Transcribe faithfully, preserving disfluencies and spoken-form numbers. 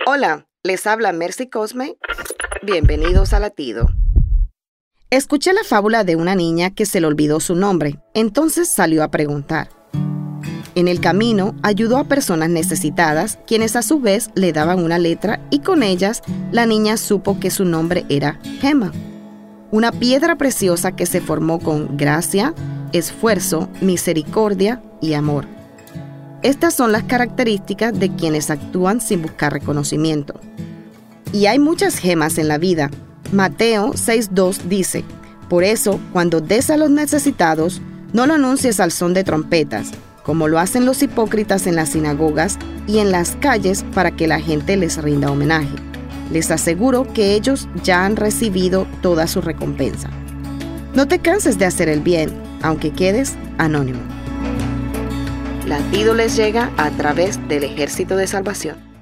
Hola, les habla Mercy Cosme. Bienvenidos a Latido. Escuché la fábula de una niña que se le olvidó su nombre, entonces salió a preguntar. En el camino ayudó a personas necesitadas, quienes a su vez le daban una letra y con ellas la niña supo que su nombre era Gemma. Una piedra preciosa que se formó con gracia, esfuerzo, misericordia y amor. Estas son las características de quienes actúan sin buscar reconocimiento. Y hay muchas gemas en la vida. Mateo seis dos dice, por eso, cuando des a los necesitados, no lo anuncies al son de trompetas, como lo hacen los hipócritas en las sinagogas y en las calles para que la gente les rinda homenaje. Les aseguro que ellos ya han recibido toda su recompensa. No te canses de hacer el bien, aunque quedes anónimo. Latido les llega a través del Ejército de Salvación.